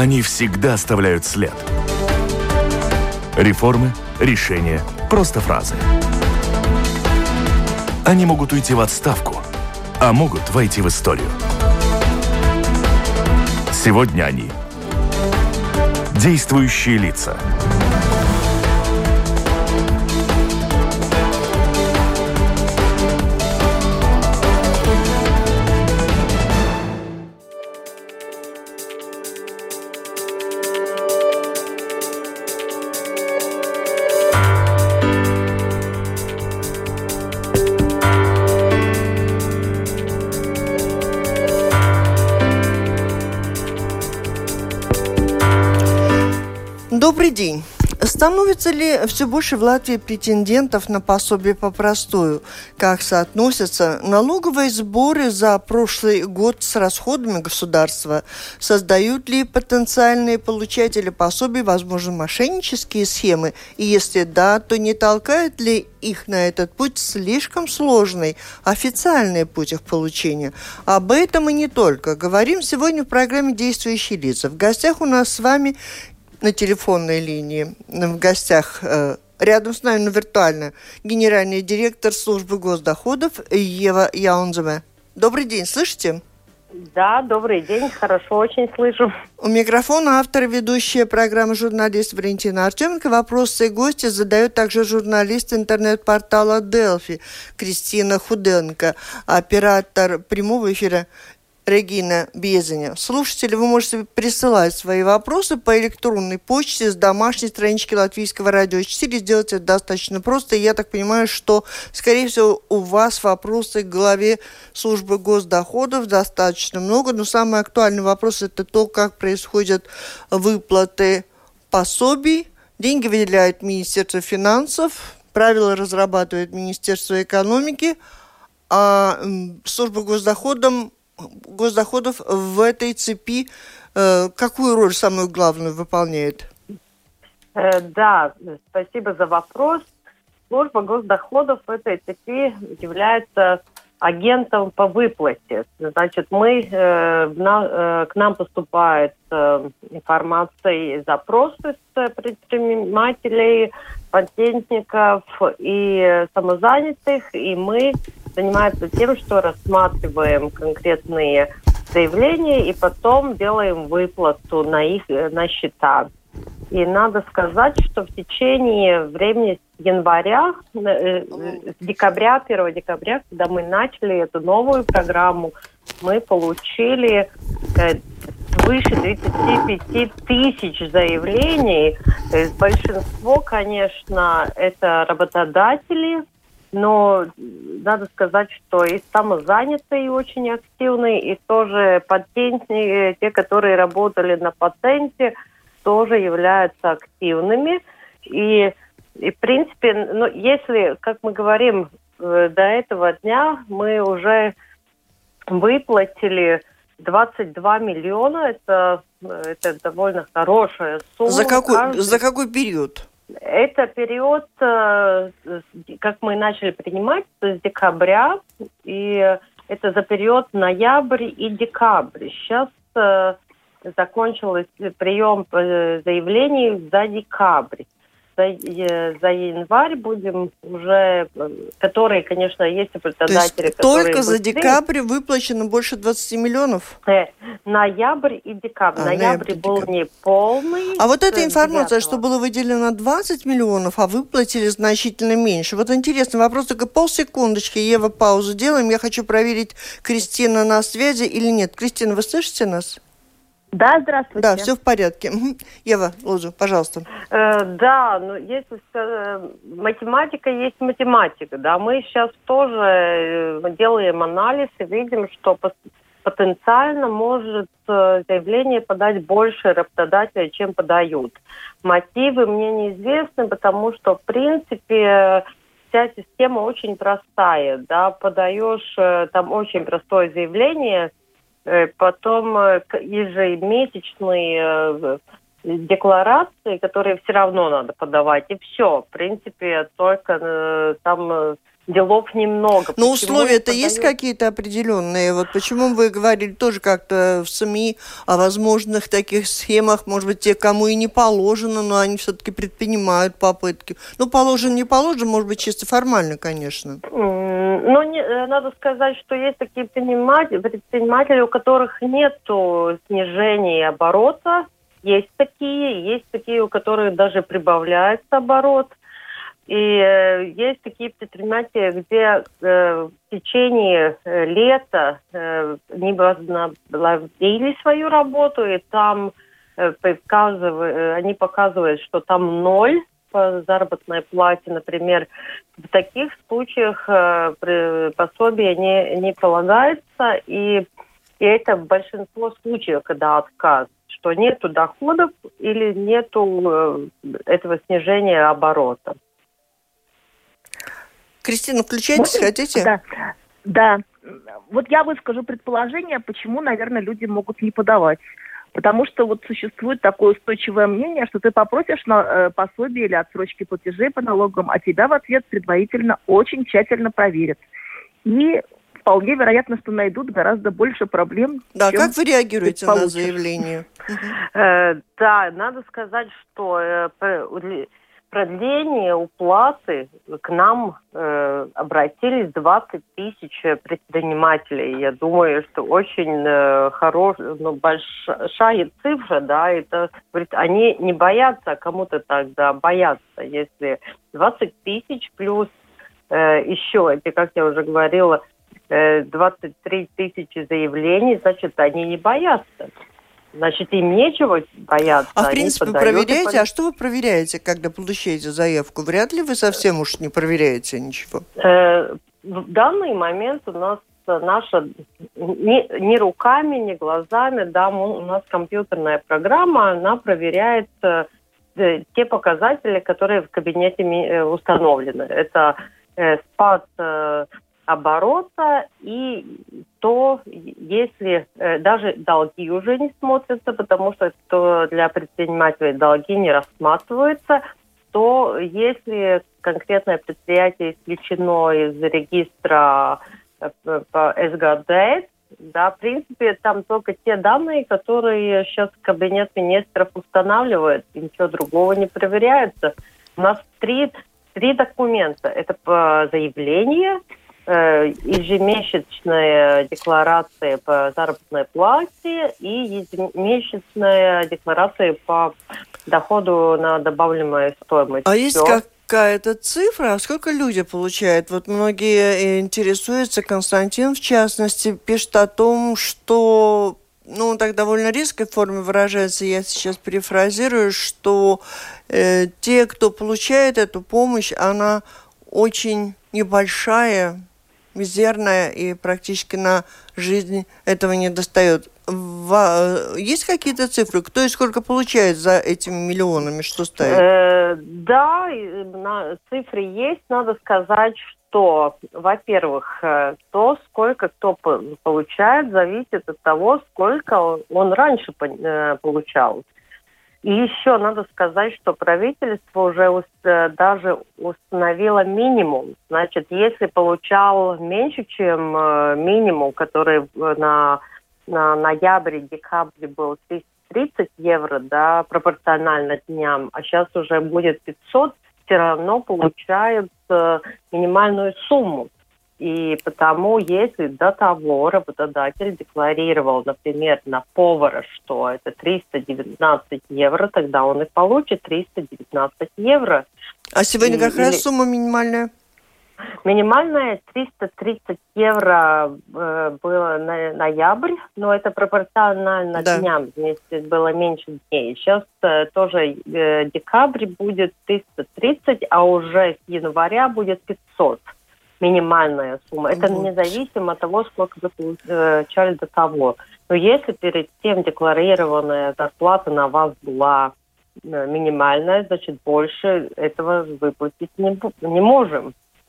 Они всегда оставляют след. Реформы, решения, просто фразы. Они могут уйти в отставку, а могут войти в историю. Сегодня они – действующие лица. Добрый день. Становится ли все больше в Латвии претендентов на пособие по простою? Как соотносятся налоговые сборы за прошлый год с расходами государства? Создают ли потенциальные получатели пособий, возможно, мошеннические схемы? И если да, то не толкает ли их на этот путь слишком сложный официальный путь их получения? Об этом и не только. Говорим сегодня в программе «Действующие лица». В гостях у нас с вами на телефонной линии, в гостях, рядом с нами, виртуально, генеральный директор службы госдоходов Ева Яунземе. Добрый день, слышите? Да, добрый день, хорошо очень слышу. У микрофона автор и ведущая программы журналист Валентина Артеменко. Вопросы и гости задает также журналист интернет-портала Delfi Кристина Худенко, оператор прямого эфира Регина Безеня. Слушатели, вы можете присылать свои вопросы по электронной почте с домашней странички Латвийского радио 4. Сделать это достаточно просто. И я так понимаю, что, скорее всего, у вас вопросы к главе службы госдоходов достаточно много. Но самый актуальный вопрос – это то, как происходят выплаты пособий. Деньги выделяет Министерство финансов, правила разрабатывает Министерство экономики, а служба госдоходов в этой цепи какую роль самую главную выполняет? Да, спасибо за вопрос. Служба госдоходов в этой цепи является агентом по выплате. Значит, к нам поступает информация и запросы с предпринимателей, патентников и самозанятых, и мы занимаемся тем, что рассматриваем конкретные заявления и потом делаем выплату на счета. И надо сказать, что в течение времени с января, с декабря, 1 декабря, когда мы начали эту новую программу, мы получили свыше 35 тысяч заявлений. Большинство, конечно, это работодатели, но надо сказать, что и самозанятые очень активные, и тоже патентные, те, которые работали на патенте, тоже являются активными. И в принципе, если, как мы говорим, до этого дня мы уже выплатили 22 миллиона, это довольно хорошая сумма. За какой период? Это период, как мы начали принимать, с декабря, и это за период ноябрь и декабрь. Сейчас закончился прием заявлений за декабрь. За январь будем уже, которые, конечно, есть работодатели, которые... Только за декабрь выплачено больше 20 миллионов? Ноябрь и декабрь. Ноябрь был не полный. А вот эта информация, что было выделено 20 миллионов, а выплатили значительно меньше. Вот интересный вопрос, только полсекундочки, Ева, паузу делаем. Я хочу проверить, Кристина на связи или нет. Кристина, вы слышите нас? Да, здравствуйте. Да, все в порядке. Ева, Лозу, пожалуйста. Да, если математика есть математика, да, мы сейчас тоже делаем анализ и видим, что потенциально может заявление подать больше работодателей, чем подают. Мотивы мне неизвестны, потому что, в принципе, вся система очень простая, да, подаешь там очень простое заявление, потом ежемесячные декларации, которые все равно надо подавать, и все. В принципе, только там делов немного. Но условия-то есть какие-то определенные? Вот почему вы говорили тоже как-то в СМИ о возможных таких схемах, может быть, те, кому и не положено, но они все-таки предпринимают попытки. Ну, положено, не положено, может быть, чисто формально, конечно. Но надо сказать, что есть такие предприниматели, у которых нет снижения оборота. Есть такие, у которых даже прибавляется оборот. И есть такие предприятия, где в течение лета не возобновили свою работу, и там они показывают, что там 0 по заработной плате, например. В таких случаях пособие не полагается, и это большинство случаев, когда отказ, что нету доходов или нету этого снижения оборота. Кристина, включайтесь, хотите? Да. Вот я выскажу предположение, почему, наверное, люди могут не подавать. Потому что вот существует такое устойчивое мнение, что ты попросишь на пособие или отсрочки платежей по налогам, а тебя в ответ предварительно очень тщательно проверят. И вполне вероятно, что найдут гораздо больше проблем. Да, как вы реагируете на заявление? Да, надо сказать, что продление уплаты к нам обратились 20 тысяч предпринимателей. Я думаю, что очень большая цифра, да, это, говорит, они не боятся, кому-то тогда боятся, если 20 тысяч плюс еще, это, как я уже говорила, 23 тысячи заявлений, значит, они не боятся. Значит, им нечего бояться. А в принципе, вы проверяете? А что вы проверяете, когда получаете заявку? Вряд ли вы совсем уж не проверяете ничего? В данный момент у нас наша ни руками, ни глазами, да, у нас компьютерная программа, она проверяет те показатели, которые в кабинете установлены. Это спад оборота, и то, если даже долги уже не смотрятся, потому что для предпринимателей долги не рассматриваются, то если конкретное предприятие исключено из регистра по СГД, да, в принципе, там только те данные, которые сейчас Кабинет министров устанавливает, и ничего другого не проверяется. У нас три документа. Это по заявлению, ежемесячная декларация по заработной плате и ежемесячная декларация по доходу на добавляемую стоимость. А есть какая-то цифра? Сколько люди получают? Вот многие интересуются, Константин в частности пишет о том, что, он так довольно резкой форме выражается, я сейчас перефразирую, что те, кто получает эту помощь, она очень небольшая, мизерная и практически на жизнь этого не достает. Есть какие-то цифры? Кто и сколько получает за этими миллионами? Что стоит? Да, цифры есть. Надо сказать, что, во-первых, то, сколько кто получает, зависит от того, сколько он раньше получал. И еще надо сказать, что правительство уже даже установило минимум. Значит, если получал меньше, чем минимум, который на ноябрь-декабрь был 330 евро, да, пропорционально дням, а сейчас уже будет 500, все равно получают минимальную сумму. И потому, если до того работодатель декларировал, например, на повара, что это 319 евро, тогда он и получит 319 евро. А сегодня какая сумма минимальная? Минимальная 330 евро было на ноябрь, но это пропорционально дням, вместе было меньше дней. Сейчас тоже декабрь будет 330, а уже с января будет 500. Минимальная сумма. Это независимо от того, сколько вы получали до того. Но если перед тем декларированная зарплата на вас была минимальная, значит, больше этого выплатить не можем.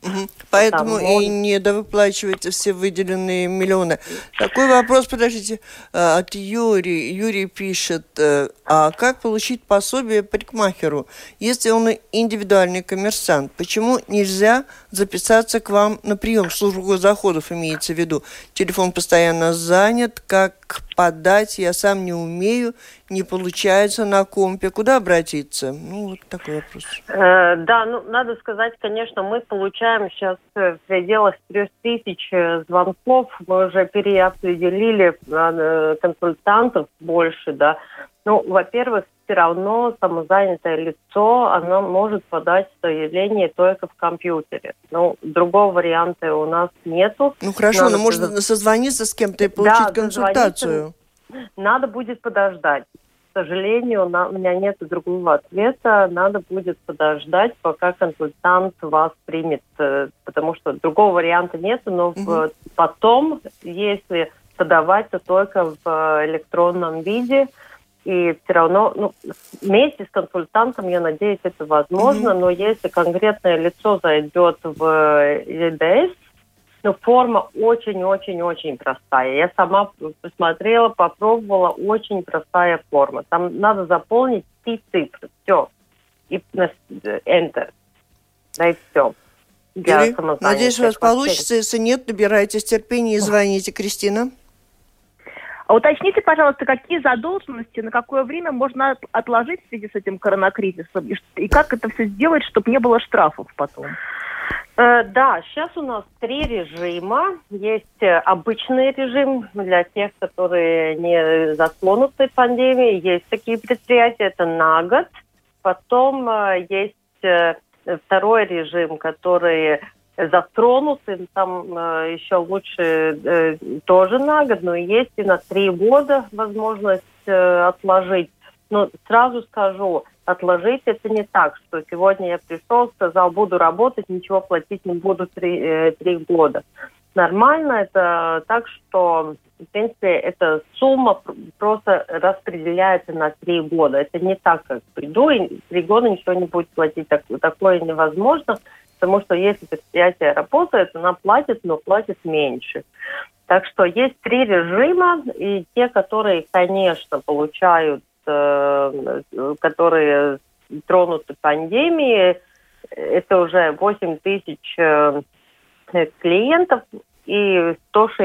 Поэтому и недовыплачиваются все выделенные миллионы. Такой вопрос, подождите, от Юрия. Юрий пишет, а как получить пособие парикмахеру, если он индивидуальный коммерсант? Почему нельзя записаться к вам на прием? Службу госдоходов имеется в виду. Телефон постоянно занят. Как подать? Я сам не умею. Не получается на компе. Куда обратиться? Вот такой вопрос. Да, надо сказать, конечно, мы получаем сейчас в пределах 3000 звонков. Мы уже переопределили консультантов больше, да. Во-первых, все равно самозанятое лицо, оно может подать заявление только в компьютере. Другого варианта у нас нету. Хорошо, но можно созвониться с кем-то и получить консультацию. Надо будет подождать. К сожалению, у меня нет другого ответа. Надо будет подождать, пока консультант вас примет, потому что другого варианта нет. Но потом, если подавать, то только в электронном виде. И все равно, вместе с консультантом, я надеюсь, это возможно. Но если конкретное лицо зайдет в ЕДС, форма очень-очень-очень простая. Я сама посмотрела, попробовала, очень простая форма. Там надо заполнить 3 цифры, все. И Enter. Да и все. Надеюсь, у вас получится. Если нет, набирайтесь терпения и звоните. Кристина? А уточните, пожалуйста, какие задолженности, на какое время можно отложить в связи с этим коронакризисом? И как это все сделать, чтобы не было штрафов потом? Да, сейчас у нас 3 режима. Есть обычный режим для тех, которые не затронуты пандемией. Есть такие предприятия, это на год. Потом есть второй режим, который затронуты, там еще лучше тоже на год, но есть и на 3 года возможность отложить. Но сразу скажу, отложить это не так, что сегодня я пришел, сказал, буду работать, ничего платить не буду 3 года. Нормально это так, что, в принципе, эта сумма просто распределяется на 3 года. Это не так, как приду, и 3 года ничего не будет платить. Такое невозможно, потому что если предприятие работает, она платит, но платит меньше. Так что есть 3 режима, и те, которые, конечно, получают, которые тронуты пандемией, это уже 8 тысяч клиентов и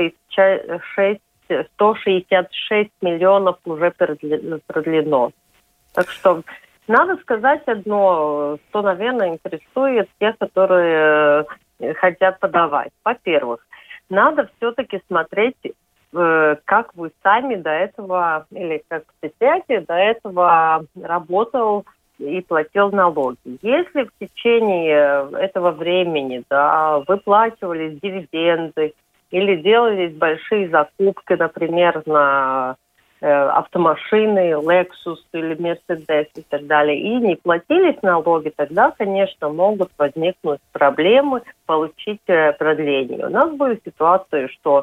166 миллионов уже продлено. Так что надо сказать одно, что, наверное, интересует тех, которые хотят подавать. Во-первых, надо все-таки смотреть, как вы сами до этого, или как предприятие до этого работал и платил налоги. Если в течение этого времени выплачивались дивиденды или делались большие закупки, например, на автомашины, Lexus или Mercedes и так далее, и не платились налоги, тогда, конечно, могут возникнуть проблемы получить продление. У нас были ситуации, что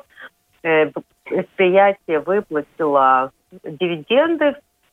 предприятие выплатило дивиденды,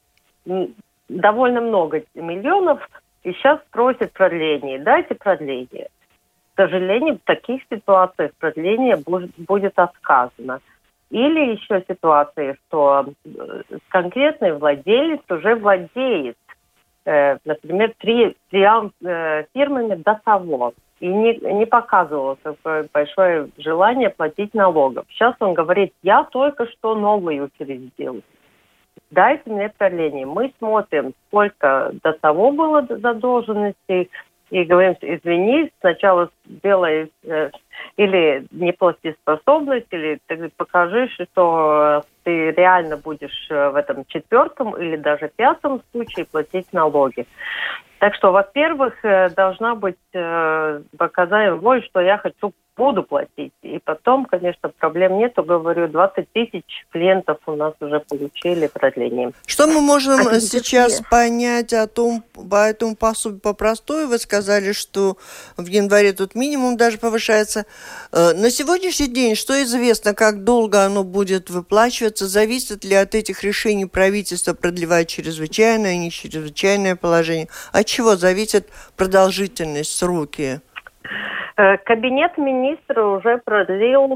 довольно много миллионов, и сейчас просит продление. Дайте продление. К сожалению, в таких ситуациях продление будет отказано. Или еще ситуации, что конкретный владелец уже владеет, например, 3 фирмами до того, и не показывало такое большое желание платить налогов. Сейчас он говорит, я только что новый учредил. Дайте мне продление. Мы смотрим, сколько до того было задолженностей, и говорим, извини, сначала сделай или неплатежеспособность, или ты покажи, что ты реально будешь в этом 4-м или даже 5-м случае платить налоги. Так что, во-первых, должна быть показанием воли, что я буду платить. И потом, конечно, проблем нету. Говорю, 20 тысяч клиентов у нас уже получили продление. Что мы можем сейчас понять по этому пособию попростую? Вы сказали, что в январе тут минимум даже повышается. На сегодняшний день что известно, как долго оно будет выплачиваться? Зависит ли от этих решений правительства продлевать чрезвычайное и не чрезвычайное положение? От чего зависит продолжительность, сроки? Кабинет министров уже продлил,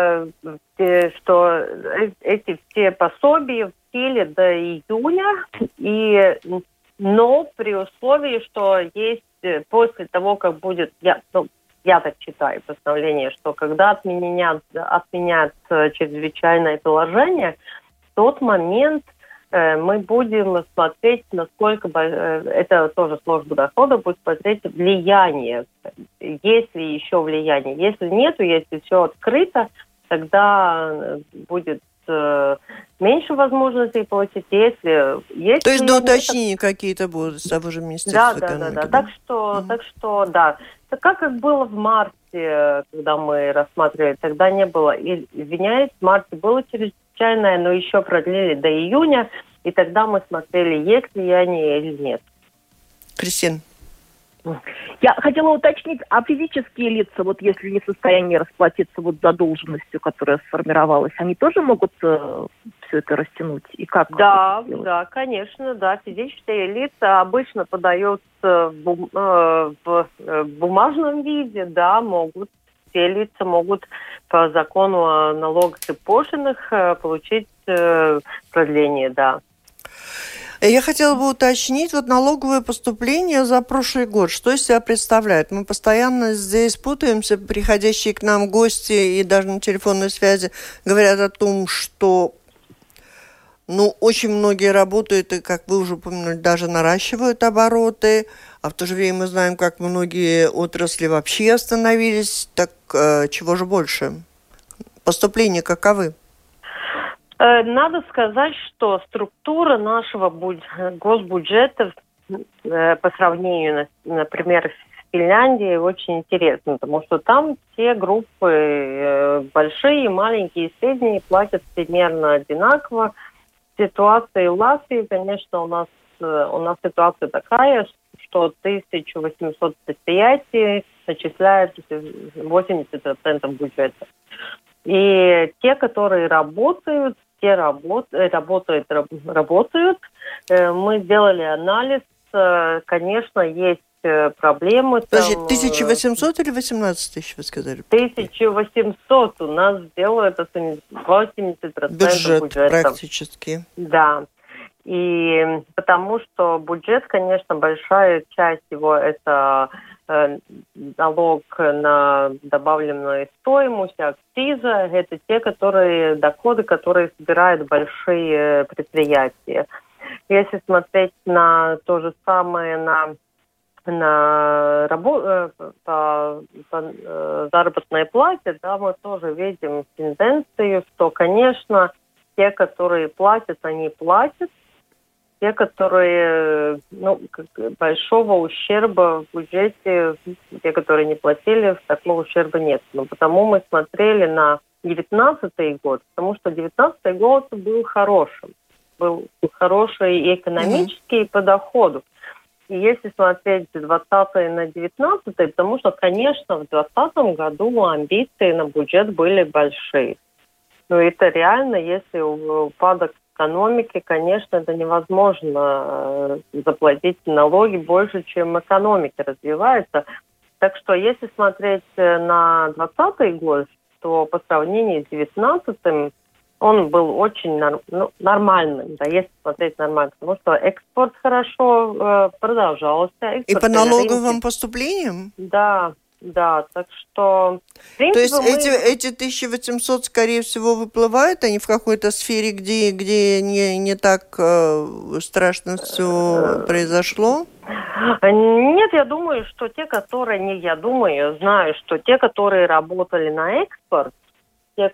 что эти все пособия в силе до июня, но при условии, что есть после того, как будет, я так читаю постановление, что когда отменят чрезвычайное положение, в тот момент мы будем смотреть, насколько это тоже служба дохода будет смотреть влияние. Есть ли еще влияние? Если нету, если все открыто, тогда будет меньше возможностей получить. Если есть, то есть до уточнения какие-то будут с того же Министерства экономики? Да. Так что, да. Как было в марте, когда мы рассматривали, тогда не было. Извиняюсь, в марте было чрезвычайное, но еще продлили до июня, и тогда мы смотрели, есть влияние или нет. Кристина. Я хотела уточнить, а физические лица, вот если не в состоянии расплатиться вот задолженностью, которая сформировалась, они тоже могут все это растянуть? И как? Да, конечно, да. Физические лица обычно подаются в бумажном виде, да, могут. Все лица могут по закону о налогах и пошлинах получить продление, да. Я хотела бы уточнить, вот налоговые поступления за прошлый год, что из себя представляют? Мы постоянно здесь путаемся, приходящие к нам гости и даже на телефонной связи говорят о том, что очень многие работают, и, как вы уже упомянули, даже наращивают обороты, а в то же время мы знаем, как многие отрасли вообще остановились. Так чего же больше? Поступления каковы? Надо сказать, что структура нашего госбюджета по сравнению, например, с Финляндией очень интересна, потому что там все группы, большие, маленькие, средние, платят примерно одинаково. Ситуация в Латвии, конечно, у нас ситуация такая, что 1800 предприятий начисляют 80% бюджета. И те, которые работают. Мы сделали анализ. Конечно, есть проблемы. Подожди, 1800 или 18 тысяч, вы сказали? 1800 у нас делают 80% бюджет бюджета. Практически. Да. И потому что бюджет, конечно, большая часть его это налог на добавленную стоимость, акцизы, это те, доходы, которые собирают большие предприятия. Если смотреть на то же самое на заработной плате, да, мы тоже видим тенденцию, что, конечно, те, которые платят, они платят. Те, которые, большого ущерба в бюджете, те, которые не платили, такого ущерба нет. Но потому мы смотрели на 2019 год, потому что 2019 год был хорошим. Был хороший и экономический, и по доходу. И если смотреть 2020 на 2019, потому что, конечно, в 2020 году амбиции на бюджет были большие. Но это реально, если упадок экономики, конечно, это невозможно заплатить налоги больше, чем экономика развивается. Так что если смотреть на 2020 год, то по сравнению с 2019 он был очень нормальным, да, если смотреть нормально, потому что экспорт хорошо продолжался. И по налоговым поступлениям? Да, так что... То есть эти 1800, скорее всего, выплывают, они в какой-то сфере, где не так страшно все произошло? Нет, я думаю, что те, которые... знаю, что те, которые работали на экспорт, те,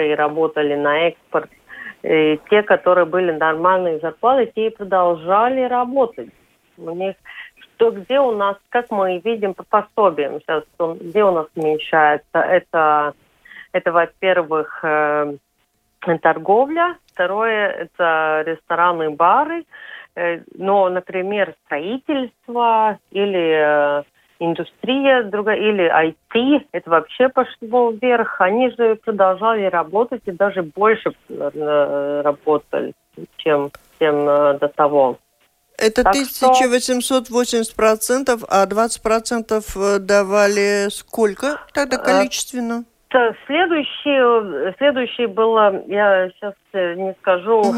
которые были нормальные зарплаты, те и продолжали работать. У них... где у нас, как мы видим по пособиям сейчас, где у нас уменьшается, это во-первых, торговля, второе, это рестораны, бары, но, например, строительство или индустрия, или IT, это вообще пошло вверх, они же продолжали работать и даже больше работали, чем до того. Это Так 1880%, а 20% давали сколько тогда количественно? Следующее было, я сейчас не скажу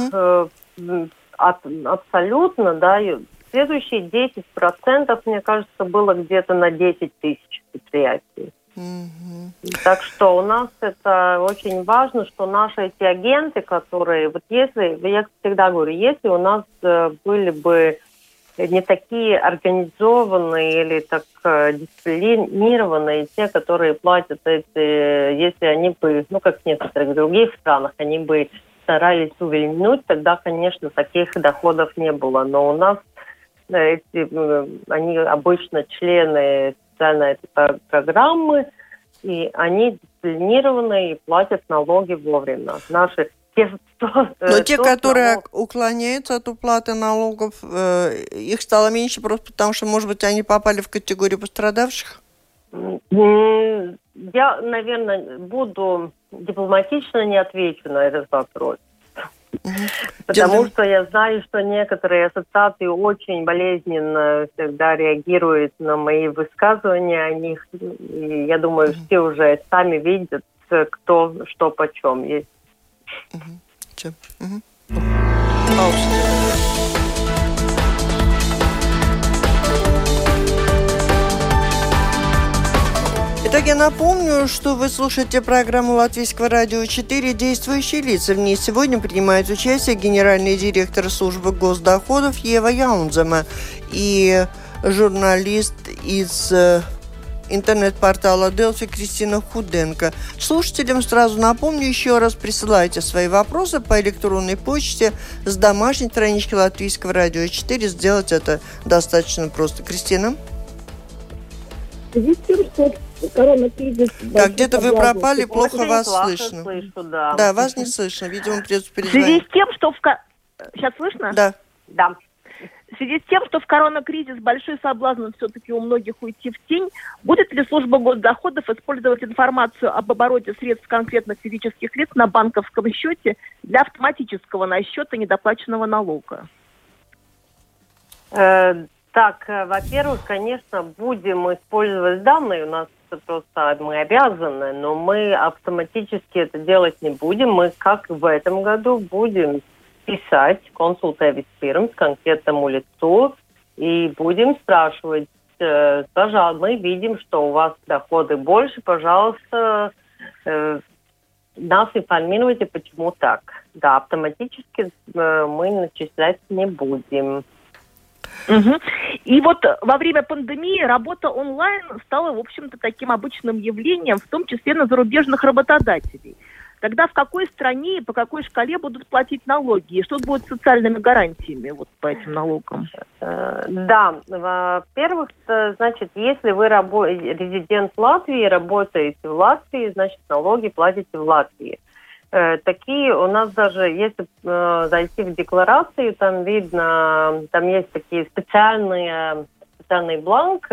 абсолютно, да, следующие 10%, мне кажется, было где-то на 10 тысяч предприятий. Так что у нас это очень важно, что наши эти агенты, которые, вот если, я всегда говорю, если у нас были бы не такие организованные или так дисциплинированные, те, которые платят эти, если они бы, ну, как в некоторых других странах, они бы старались увильнуть, тогда, конечно, таких доходов не было. Но у нас они обычно члены специальной этой программы, и они дисциплинированные и платят налоги вовремя. Те, которые уклоняются от уплаты налогов, их стало меньше просто потому, что, может быть, они попали в категорию пострадавших? Я, наверное, буду дипломатично не отвечу на этот вопрос. Потому что я знаю, что некоторые ассоциации очень болезненно всегда реагируют на мои высказывания о них. И я думаю, все уже сами видят, кто что почем есть. Итак, я напомню, что вы слушаете программу Латвийского радио 4 «Действующие лица». В ней сегодня принимает участие генеральный директор службы госдоходов Ева Яунзема и журналист из интернет-портала Delfi Кристина Худенко. Слушателям сразу напомню еще раз, присылайте свои вопросы по электронной почте с домашней странички Латвийского радио 4. Сделать это достаточно просто. Кристина? В связи с тем, что коронакризис... Так, где-то вы пропали, плохо вас слышно. Слышу, да. Да, вас не слышно. Видимо, придется В перезвонить. связи с тем, что Сейчас слышно? Да. Да. В связи с тем, что в коронакризис большой соблазн все-таки у многих уйти в тень, будет ли служба госдоходов использовать информацию об обороте средств конкретных физических лиц на банковском счете для автоматического насчета недоплаченного налога? Так, во-первых, конечно, будем использовать данные. У нас просто мы обязаны, но мы автоматически это делать не будем. Мы, как в этом году, будем писать, консультировать с конкретному лицу и будем спрашивать, пожалуйста, мы видим, что у вас доходы больше, пожалуйста, нас информируйте, почему так. Да, автоматически мы начислять не будем. Угу. И вот во время пандемии работа онлайн стала, в общем-то, таким обычным явлением, в том числе на зарубежных работодателей. Тогда в какой стране и по какой шкале будут платить налоги? И что будет с социальными гарантиями вот по этим налогам? Да, во-первых, значит, если вы резидент Латвии, работаете в Латвии, значит, налоги платите в Латвии. Такие у нас даже, если зайти в декларацию, там видно, там есть такие специальный бланк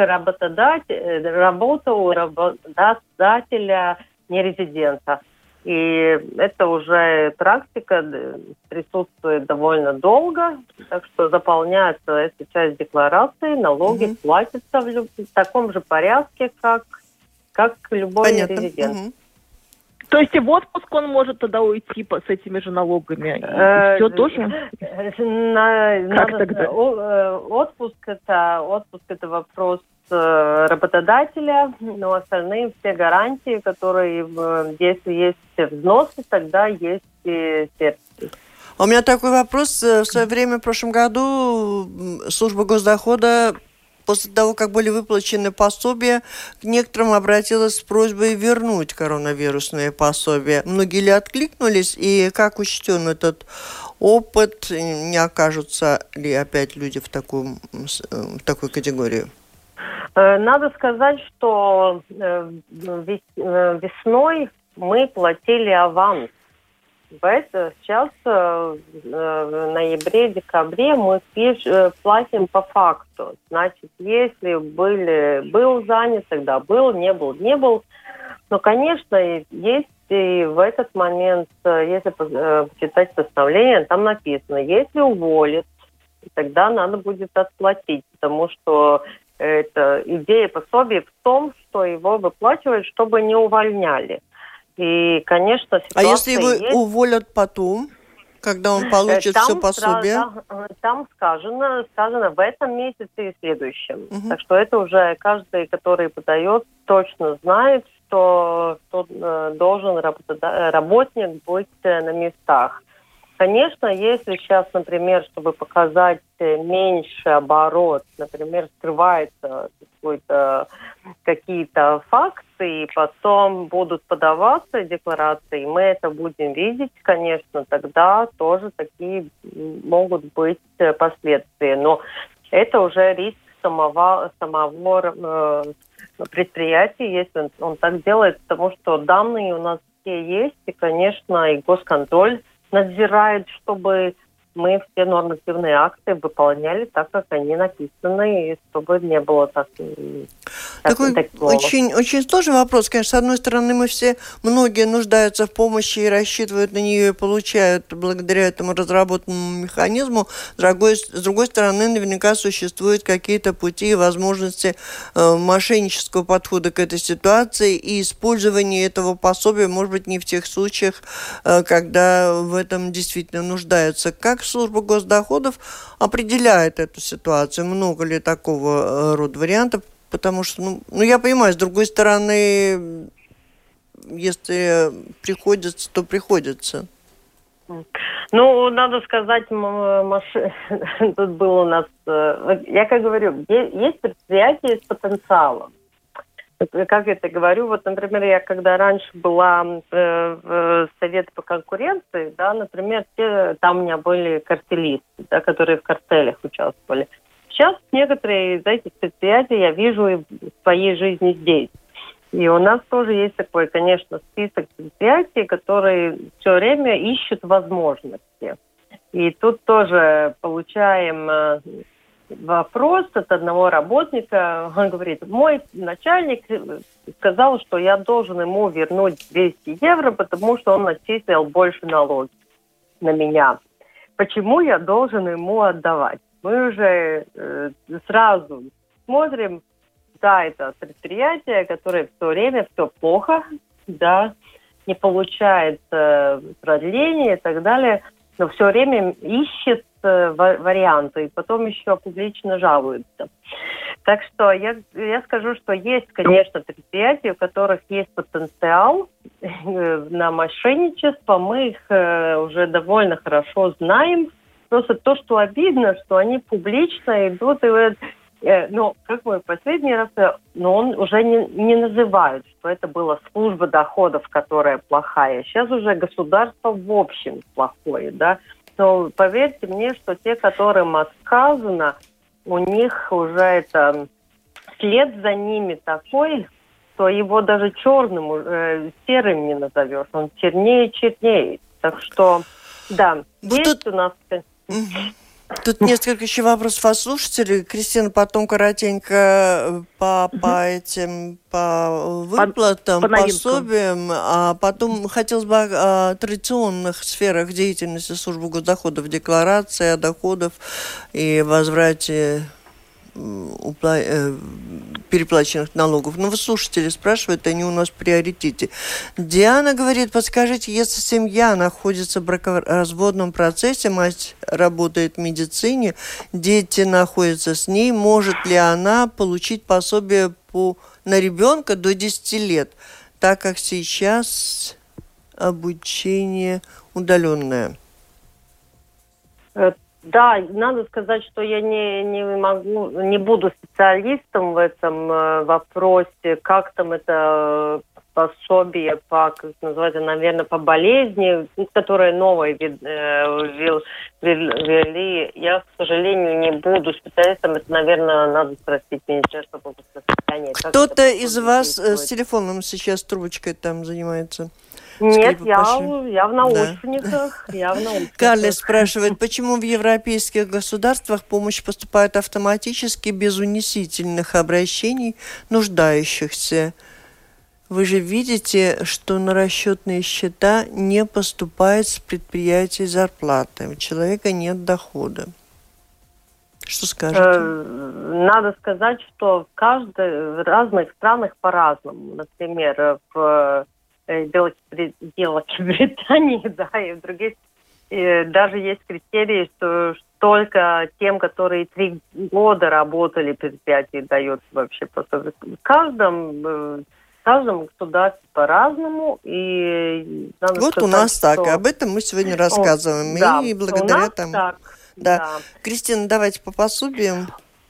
работа у работодателя нерезидента. И это уже практика присутствует довольно долго, так что заполняется эта часть декларации, налоги платятся в таком же порядке, как любой резидент. То есть и в отпуск он может тогда уйти с этими же налогами? Все тоже? Как тогда? Отпуск это вопрос работодателя, но остальные все гарантии, которые, если есть взносы, тогда есть и сервисы. У меня такой вопрос. В свое время, в прошлом году, служба госдохода, после того, как были выплачены пособия, к некоторым обратилась с просьбой вернуть коронавирусные пособия. Многие ли откликнулись, и как учтен этот опыт? Не окажутся ли опять люди в такой категории? Надо сказать, что весной мы платили аванс. Сейчас в ноябре-декабре мы платим по факту. Значит, если был занят, тогда был, не был. Но, конечно, есть и в этот момент, если почитать постановление, там написано, если уволят, тогда надо будет отплатить, потому что идея пособия в том, что его выплачивают, чтобы не увольняли. И, конечно, ситуация А если его есть... уволят потом, когда он получит все пособие? Там сказано в этом месяце и следующем. Так что это уже каждый, который подает, точно знает, что должен работник быть на местах. Конечно, если сейчас, например, чтобы показать меньше оборот, например, скрывается какие-то факты, и потом будут подаваться декларации, мы это будем видеть, конечно, тогда тоже такие могут быть последствия. Но это уже риск самого предприятия, если он так делает, потому что данные у нас все есть, и, конечно, и госконтроль надзирает, чтобы мы все нормативные акты выполняли так, как они написаны, и чтобы не было такой очень, очень сложный вопрос. Конечно, с одной стороны, многие нуждаются в помощи и рассчитывают на нее и получают благодаря этому разработанному механизму. С другой стороны, наверняка существуют какие-то пути и возможности мошеннического подхода к этой ситуации и использования этого пособия, может быть, не в тех случаях, когда в этом действительно нуждаются. Как служба госдоходов определяет эту ситуацию? Много ли такого рода вариантов? Потому что, я понимаю, с другой стороны, если приходится, то приходится. Надо сказать, тут был у нас, я как говорю, есть предприятия с потенциалом. Как я это говорю, например, я когда раньше была в Совете по конкуренции, например, там у меня были картелисты, которые в картелях участвовали. Сейчас некоторые из этих предприятий я вижу и в своей жизни здесь. И у нас тоже есть такой, конечно, список предприятий, которые все время ищут возможности. И тут тоже получаем вопрос от одного работника. Он говорит, мой начальник сказал, что я должен ему вернуть 200 евро, потому что он начислил больше налоги на меня. Почему я должен ему отдавать? Мы уже сразу смотрим, это предприятие, которое все время все плохо, не получает продления и так далее, но все время ищет варианты и потом еще публично жалуются. Так что я скажу, что есть, конечно, предприятия, у которых есть потенциал на мошенничество. Мы их уже довольно хорошо знаем. Просто то, что обидно, что они публично идут и как мы в последний раз, он уже не называют, что это была служба доходов, которая плохая. Сейчас уже государство в общем плохое, Но поверьте мне, что те, которым отказано, у них уже это след за ними такой, что его даже черным, серым не назовешь. Он чернее. Так что, есть у нас... Тут несколько еще вопросов от слушателей. Кристина, потом коротенько по выплатам, по пособиям, а потом хотелось бы о традиционных сферах деятельности службы госдоходов, декларации о доходах и возврате переплаченных налогов. Но вы слушатели спрашивают, они у нас в приоритете. Диана говорит, подскажите, если семья находится в бракоразводном процессе, мать работает в медицине, дети находятся с ней, может ли она получить пособие на ребенка до 10 лет, так как сейчас обучение удаленное? Да, надо сказать, что я не буду специалистом в этом вопросе, как там это пособие как называется, наверное, по болезни, которые новые ввели. Я, к сожалению, не буду специалистом, это, наверное, надо спросить Министерство благосостояния. Кто-то из вас с телефоном сейчас трубочкой там занимается? Нет, я в наушниках. Да. Карлес спрашивает, почему в европейских государствах помощь поступает автоматически, без унизительных обращений нуждающихся? Вы же видите, что на расчетные счета не поступает с предприятий зарплаты. У человека нет дохода. Что скажете? Надо сказать, что в разных странах по-разному. Например, в Великобритании, да, и в других даже есть критерии, что только тем, которые 3 года работали в предприятии, дают вообще просто. В каждом государстве по-разному. И надо вот сказать, у нас что... так. Об этом мы сегодня рассказываем. Да, и благодаря у нас тому... так. Да. Да. Кристина, давайте по пособиям.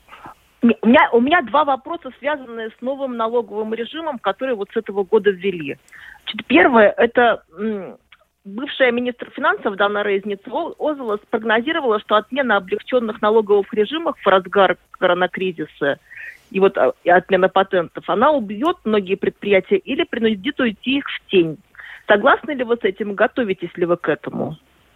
У меня 2 вопроса, связанные с новым налоговым режимом, который вот с этого года ввели. Первое, это бывшая министр финансов Дана Резниц-Озолос спрогнозировала, что отмена облегченных налоговых режимов в разгар коронакризиса и вот отмена патентов, она убьет многие предприятия или принудит уйти их в тень. Согласны ли вы с этим? Готовитесь ли вы к этому?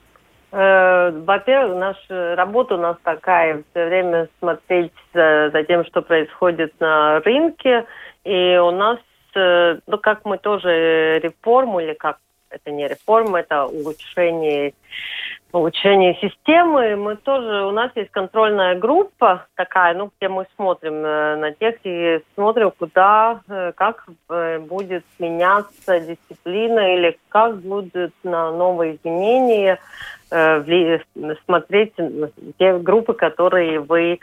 Во-первых, наша работа у нас такая, все время смотреть за тем, что происходит на рынке. И у нас, как мы тоже реформу, или как это не реформа, это улучшение системы. У нас есть контрольная группа такая, где мы смотрим на тех и смотрим, как будет меняться дисциплина или как будут на новые изменения смотреть те группы, которые вы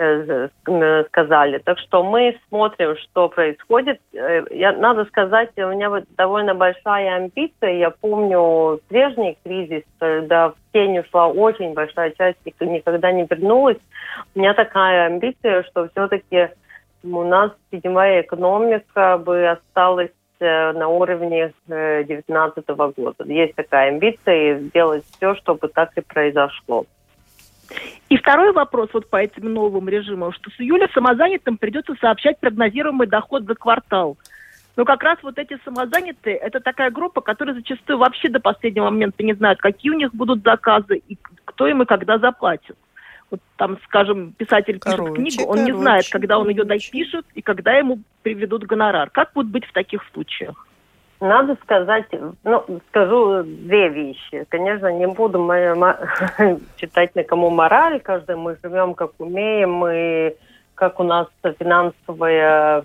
сказали. Так что мы смотрим, что происходит. Надо сказать, у меня довольно большая амбиция. Я помню прежний кризис, когда в тень ушла очень большая часть и никогда не вернулась. У меня такая амбиция, что все-таки у нас седьмая экономика бы осталась на уровне 2019 года. Есть такая амбиция сделать все, чтобы так и произошло. И второй вопрос вот по этим новым режимам, что с июля самозанятым придется сообщать прогнозируемый доход за квартал. Но как раз вот эти самозанятые, это такая группа, которая зачастую вообще до последнего момента не знает, какие у них будут заказы и кто им и когда заплатит. Вот там, скажем, писатель пишет книгу, он не знает, когда он ее допишет и когда ему приведут гонорар. Как будет быть в таких случаях? Надо сказать, скажу 2 вещи. Конечно, не буду читать никому мораль. Каждый мы живем как умеем, и как у нас финансовое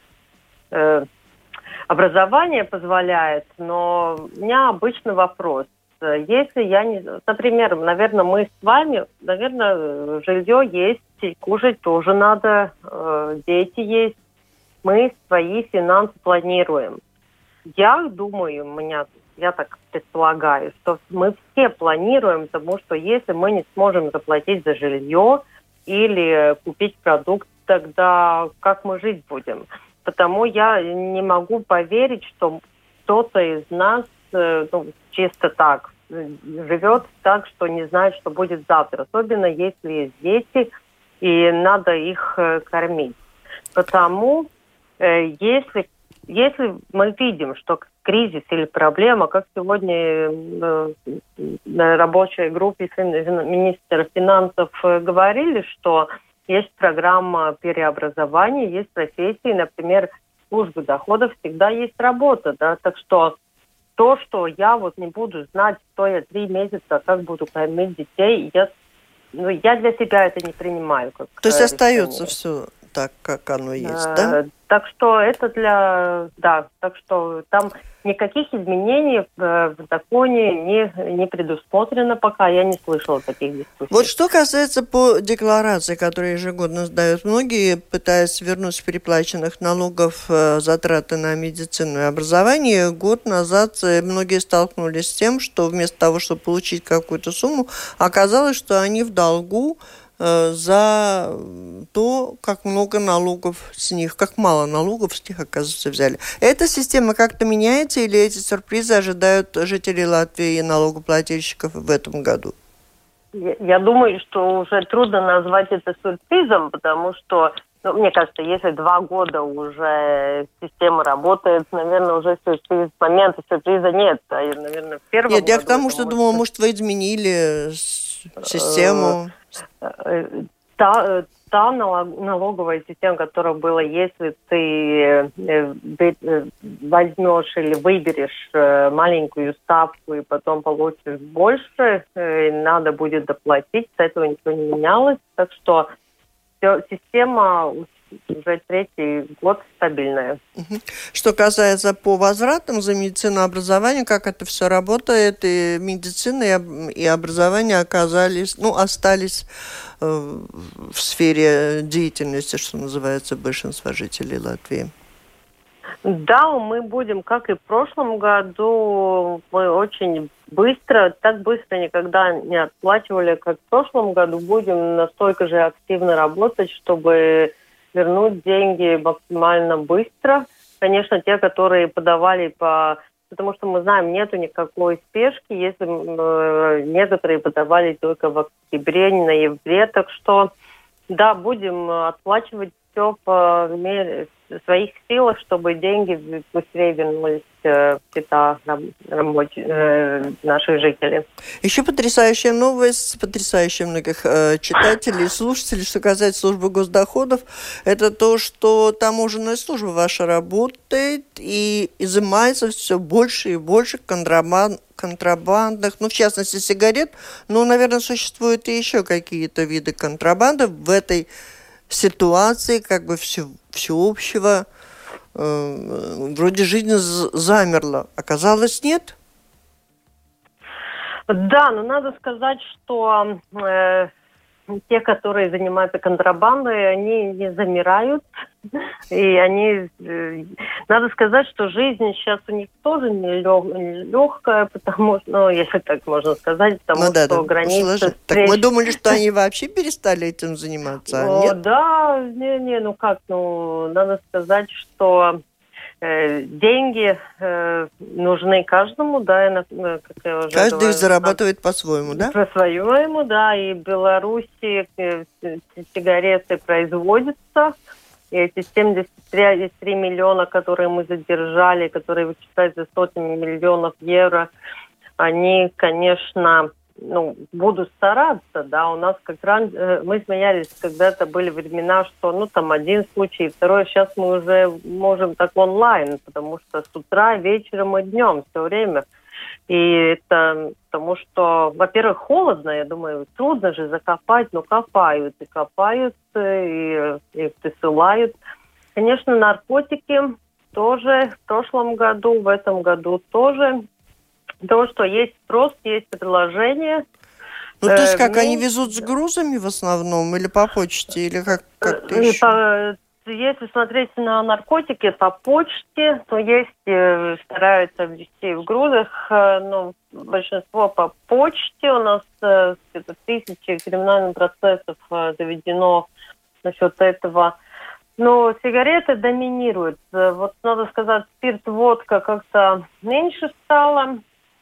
образование позволяет. Но у меня обычный вопрос. Если я не... Например, наверное, мы с вами, жилье есть, кушать тоже надо, дети есть. Мы свои финансы планируем. Я думаю, я так предполагаю, что мы все планируем, потому что если мы не сможем заплатить за жилье или купить продукт, тогда как мы жить будем? Потому я не могу поверить, что кто-то из нас чисто так живет так, что не знает, что будет завтра. Особенно если есть дети, и надо их кормить. Потому если мы видим, что кризис или проблема, как сегодня на рабочей группе министра финансов говорили, что есть программа переобразования, есть профессии, например, службы доходов, всегда есть работа, да, так что то, что я не буду знать, что я 3 месяца, как буду кормить детей, я для себя это не принимаю. То есть остается все так, как оно есть, да? Так что это так что там никаких изменений в законе не предусмотрено пока, я не слышала таких дискуссий. Вот что касается по декларации, которые ежегодно сдают многие, пытаясь вернуть с переплаченных налогов затраты на медицину и образование, год назад многие столкнулись с тем, что вместо того, чтобы получить какую-то сумму, оказалось, что они в долгу за то, как много налогов с них, как мало налогов с них, оказывается, взяли. Эта система как-то меняется или эти сюрпризы ожидают жителей Латвии и налогоплательщиков в этом году? Я думаю, что уже трудно назвать это сюрпризом, потому что, мне кажется, если 2 года уже система работает, наверное, уже момента сюрприза нет. Наверное, в первом Нет, я году к тому, что думала, может, вы изменили систему. Та налоговая система, которая была, если ты возьмешь или выберешь маленькую ставку и потом получишь больше, надо будет доплатить, с этого ничего не менялось. Так что система уже третий год стабильная. Что касается по возвратам за медицинное образование, как это все работает, и медицина, и образование остались в сфере деятельности, что называется, большинства жителей Латвии? Да, мы будем, как и в прошлом году, мы очень быстро, так быстро никогда не отплачивали, как в прошлом году, будем настолько же активно работать, чтобы вернуть деньги максимально быстро. Конечно, те, которые подавали потому что мы знаем, нету никакой спешки, если некоторые подавали только в октябре, не ноябре, так что, да, будем отплачивать все по мере своих силах, чтобы деньги быстрее вернулись в счета наших жителей. Еще потрясающая новость, потрясающая многих читателей и слушателей, что касается службы госдоходов, это то, что таможенная служба ваша работает и изымается все больше и больше контрабандных, в частности, сигарет, но, наверное, существуют и еще какие-то виды контрабанды в этой ситуации, как бы всеобщего, вроде жизнь замерла. Оказалось, нет? Да, но надо сказать, что те, которые занимаются контрабандой, они не замирают. И они... Надо сказать, что жизнь сейчас у них тоже не легкая, потому что, если так можно сказать, потому что границы... Так мы думали, что они вообще перестали этим заниматься, а нет? Да, надо сказать, что деньги нужны каждому, да, как я уже каждый говорила, зарабатывает по-своему, да? По-своему, да, и в Беларуси сигареты производятся, и эти 73 миллиона, которые мы задержали, которые вычисляются сотнями миллионов евро, они, конечно, будут стараться, да, у нас как раз, мы смеялись, когда-то были времена, что, один случай, второй, сейчас мы уже можем так онлайн, потому что с утра, вечером и днем все время. И это потому что, во-первых, холодно, я думаю, трудно же закопать, но копают, и присылают. Конечно, наркотики тоже в прошлом году, в этом году тоже. То, что есть спрос, есть предложение. То есть как, они везут с грузами в основном, или по почте, или как-то еще? Если смотреть на наркотики по почте, то есть стараются везти в грузах, но большинство по почте. У нас где-то 1000 криминальных процессов заведено насчет этого. Но сигареты доминируют. Вот надо сказать, спирт, водка как-то меньше стало.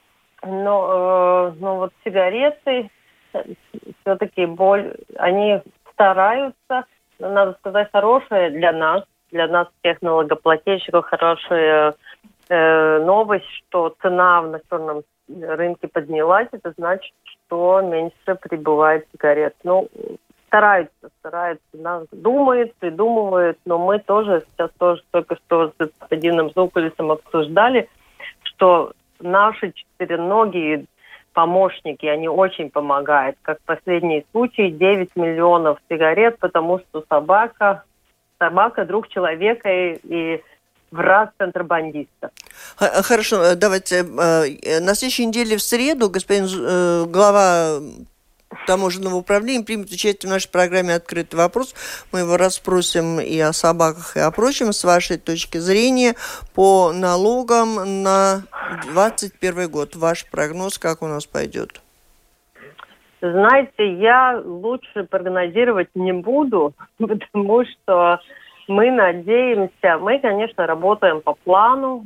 Но вот сигареты все-таки они стараются. Надо сказать, хорошая для нас всех налогоплательщиков, хорошая новость, что цена на черном рынке поднялась. Это значит, что меньше прибывает сигарет. Стараются, думают, придумывают, но мы тоже сейчас только что с господином Зукулисом обсуждали, что наши четвероногие помощники, они очень помогают. Как в последний случай, 9 миллионов сигарет, потому что собака друг человека и враг контрабандиста. Хорошо, давайте. На следующей неделе в среду господин глава таможенного управления примет участие в нашей программе «Открытый вопрос». Мы его расспросим и о собаках, и о прочем. С вашей точки зрения, по налогам на 2021 год, ваш прогноз, как у нас пойдет? Знаете, я лучше прогнозировать не буду, потому что мы надеемся, мы, конечно, работаем по плану,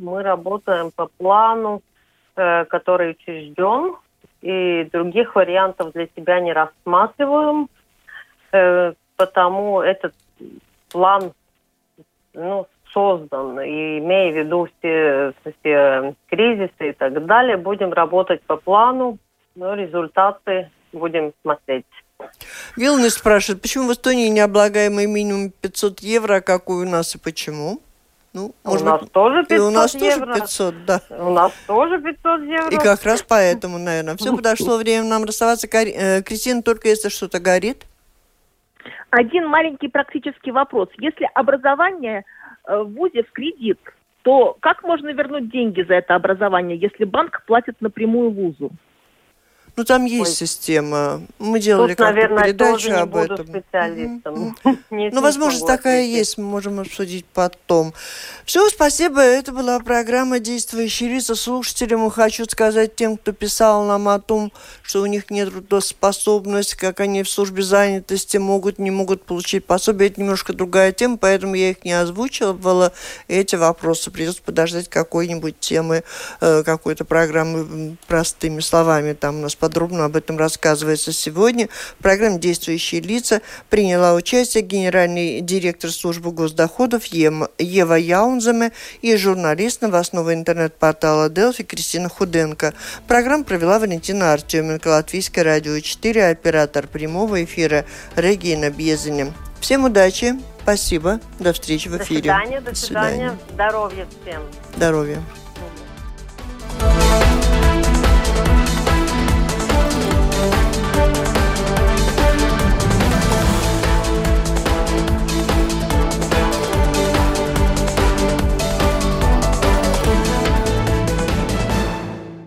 который учрежден, и других вариантов для себя не рассматриваем, потому этот план создан, и имея в виду все кризисы и так далее, будем работать по плану, но результаты будем смотреть. Вилнус спрашивает, почему в Эстонии необлагаемый минимум 500 евро, как у нас, и почему? Может быть, тоже 500 у нас евро. Тоже 500, да. У нас тоже 500 евро. И как раз поэтому, наверное. Все, подошло время нам расставаться. Кристина, только если что-то горит. Один маленький практический вопрос. Если образование в ВУЗе в кредит, то как можно вернуть деньги за это образование, если банк платит напрямую ВУЗу? Ну, там есть система. Мы делали как-то передачу об этом. Специалистом. Ну, возможность такая есть, мы можем обсудить потом. Все, спасибо. Это была программа «Действующие лица». Слушателям хочу сказать тем, кто писал нам о том, что у них нет трудоспособности, как они в службе занятости не могут получить пособие. Это немножко другая тема, поэтому я их не озвучивала. Эти вопросы придется подождать какой-нибудь темы, какой-то программы простыми словами. Там у нас подробно об этом рассказывается сегодня. В программе «Действующие лица» приняла участие генеральный директор службы госдоходов Ева Яунземе и журналист новостного интернет-портала Делфи Кристина Худенко. Программу провела Валентина Артеменко, Латвийское радио 4, оператор прямого эфира Регина Бьезиня. Всем удачи, спасибо, до встречи в эфире. До свидания. Здоровья всем. Здоровья.